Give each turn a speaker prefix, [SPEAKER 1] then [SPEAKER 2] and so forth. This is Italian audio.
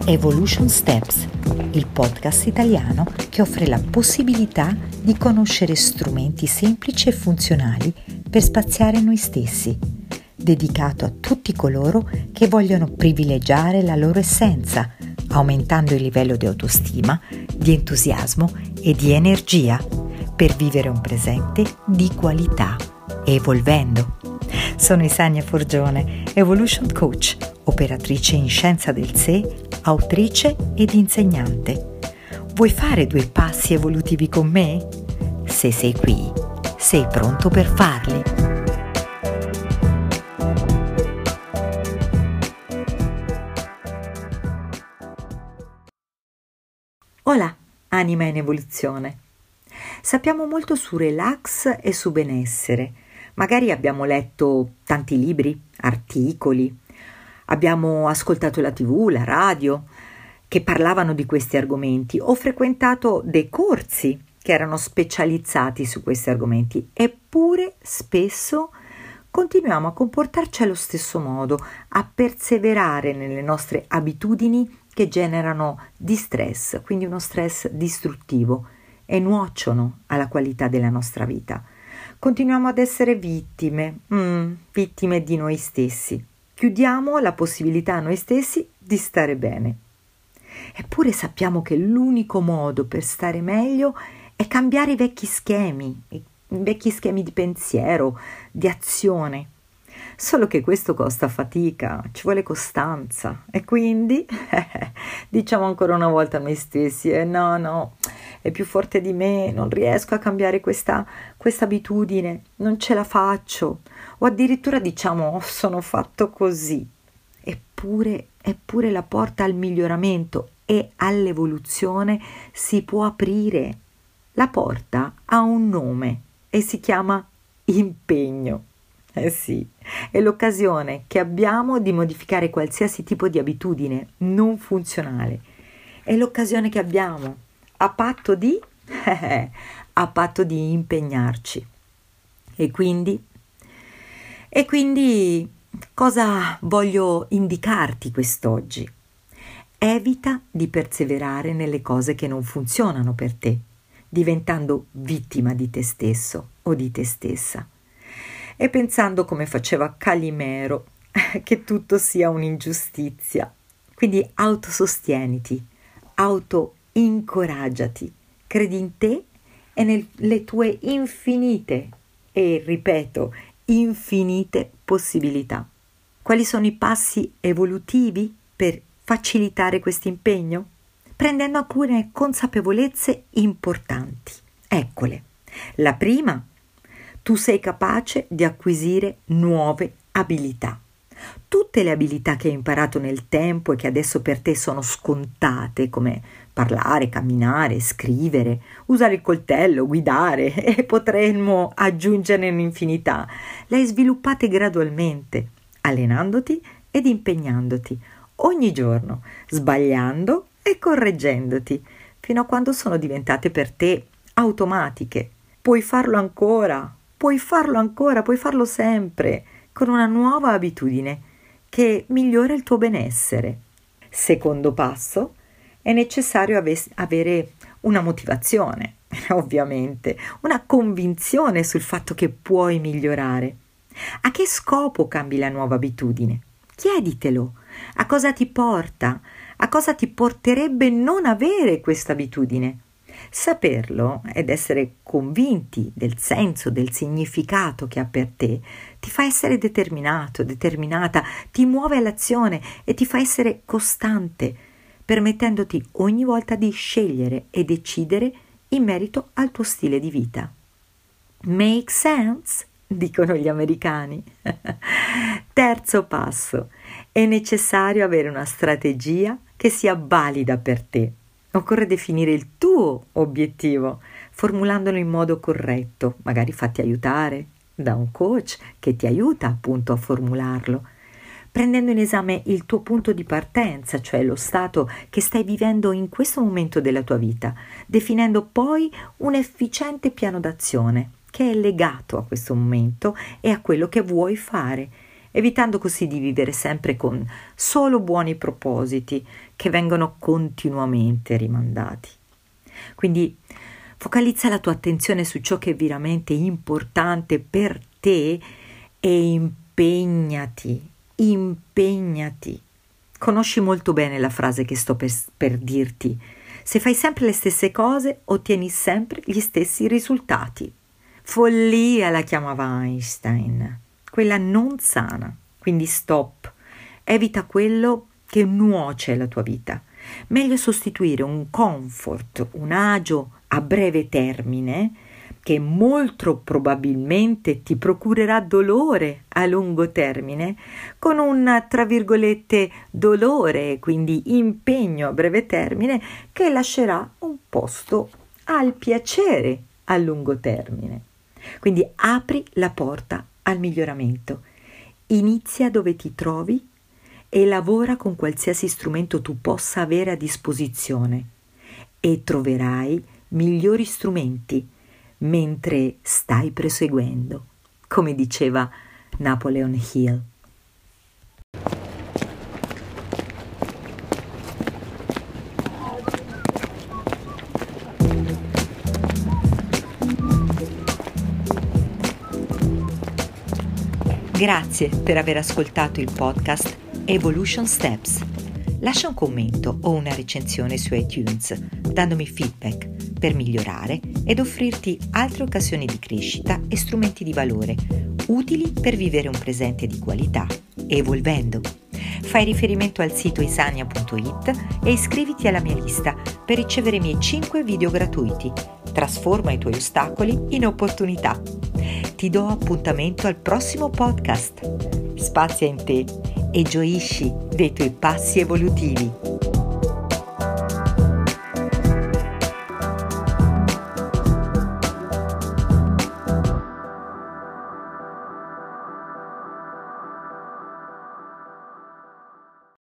[SPEAKER 1] Evolution Steps, il podcast italiano che offre la possibilità di conoscere strumenti semplici e funzionali per spaziare noi stessi, dedicato a tutti coloro che vogliono privilegiare la loro essenza, aumentando il livello di autostima, di entusiasmo e di energia per vivere un presente di qualità, evolvendo. Sono Isania Forgione, Evolution Coach, operatrice in scienza del sé, autrice ed insegnante. Vuoi fare 2 passi evolutivi con me? Se sei qui, sei pronto per farli. Hola, anima in evoluzione. Sappiamo molto su relax e su benessere. Magari abbiamo letto tanti libri, articoli, abbiamo ascoltato la TV, la radio, che parlavano di questi argomenti, o frequentato dei corsi che erano specializzati su questi argomenti, eppure spesso continuiamo a comportarci allo stesso modo, a perseverare nelle nostre abitudini che generano distress, quindi uno stress distruttivo, e nuociono alla qualità della nostra vita. Continuiamo ad essere vittime di noi stessi. Chiudiamo la possibilità a noi stessi di stare bene. Eppure sappiamo che l'unico modo per stare meglio è cambiare i vecchi schemi di pensiero, di azione. Solo che questo costa fatica, ci vuole costanza e quindi diciamo ancora una volta a noi stessi no, è più forte di me, non riesco a cambiare questa abitudine, non ce la faccio, o addirittura diciamo sono fatto così. Eppure la porta al miglioramento e all'evoluzione si può aprire. La porta ha un nome e si chiama impegno. Sì, è l'occasione che abbiamo di modificare qualsiasi tipo di abitudine non funzionale. È l'occasione che abbiamo a patto di impegnarci. E quindi cosa voglio indicarti quest'oggi? Evita di perseverare nelle cose che non funzionano per te, diventando vittima di te stesso o di te stessa. E pensando, come faceva Calimero, che tutto sia un'ingiustizia. Quindi autosostieniti, autoincoraggiati, credi in te e nelle tue infinite, e ripeto, infinite possibilità. Quali sono i passi evolutivi per facilitare questo impegno? Prendendo alcune consapevolezze importanti. Eccole. La prima: tu sei capace di acquisire nuove abilità. Tutte le abilità che hai imparato nel tempo e che adesso per te sono scontate, come parlare, camminare, scrivere, usare il coltello, guidare, e potremmo aggiungerne un'infinità, le hai sviluppate gradualmente, allenandoti ed impegnandoti ogni giorno, sbagliando e correggendoti, fino a quando sono diventate per te automatiche. Puoi farlo sempre, con una nuova abitudine che migliora il tuo benessere. Secondo passo: è necessario avere una motivazione, ovviamente, una convinzione sul fatto che puoi migliorare. A che scopo cambi la nuova abitudine? Chieditelo. A cosa ti porta? A cosa ti porterebbe non avere questa abitudine? Saperlo ed essere convinti del senso, del significato che ha per te, ti fa essere determinato, determinata, ti muove all'azione e ti fa essere costante, permettendoti ogni volta di scegliere e decidere in merito al tuo stile di vita. Make sense? Dicono gli americani. Terzo passo: è necessario avere una strategia che sia valida per te. Occorre definire il tuo obiettivo, formulandolo in modo corretto, magari fatti aiutare da un coach che ti aiuta appunto a formularlo, prendendo in esame il tuo punto di partenza, cioè lo stato che stai vivendo in questo momento della tua vita, definendo poi un efficiente piano d'azione che è legato a questo momento e a quello che vuoi fare, evitando così di vivere sempre con solo buoni propositi che vengono continuamente rimandati. Quindi focalizza la tua attenzione su ciò che è veramente importante per te e impegnati. Conosci molto bene la frase che sto per dirti. Se fai sempre le stesse cose, ottieni sempre gli stessi risultati. Follia la chiamava Einstein, quella non sana. Quindi stop, evita quello che nuoce alla tua vita. Meglio sostituire un comfort, un agio a breve termine, che molto probabilmente ti procurerà dolore a lungo termine, con un, tra virgolette, dolore, quindi impegno a breve termine, che lascerà un posto al piacere a lungo termine. Quindi apri la porta al miglioramento, inizia dove ti trovi e lavora con qualsiasi strumento tu possa avere a disposizione e troverai migliori strumenti mentre stai proseguendo, come diceva Napoleon Hill. Grazie per aver ascoltato il podcast Evolution Steps. Lascia un commento o una recensione su iTunes, dandomi feedback per migliorare ed offrirti altre occasioni di crescita e strumenti di valore, utili per vivere un presente di qualità, evolvendo. Fai riferimento al sito isania.it e iscriviti alla mia lista per ricevere i miei 5 video gratuiti. Trasforma i tuoi ostacoli in opportunità. Ti do appuntamento al prossimo podcast. Spazia in te e gioisci dei tuoi passi evolutivi.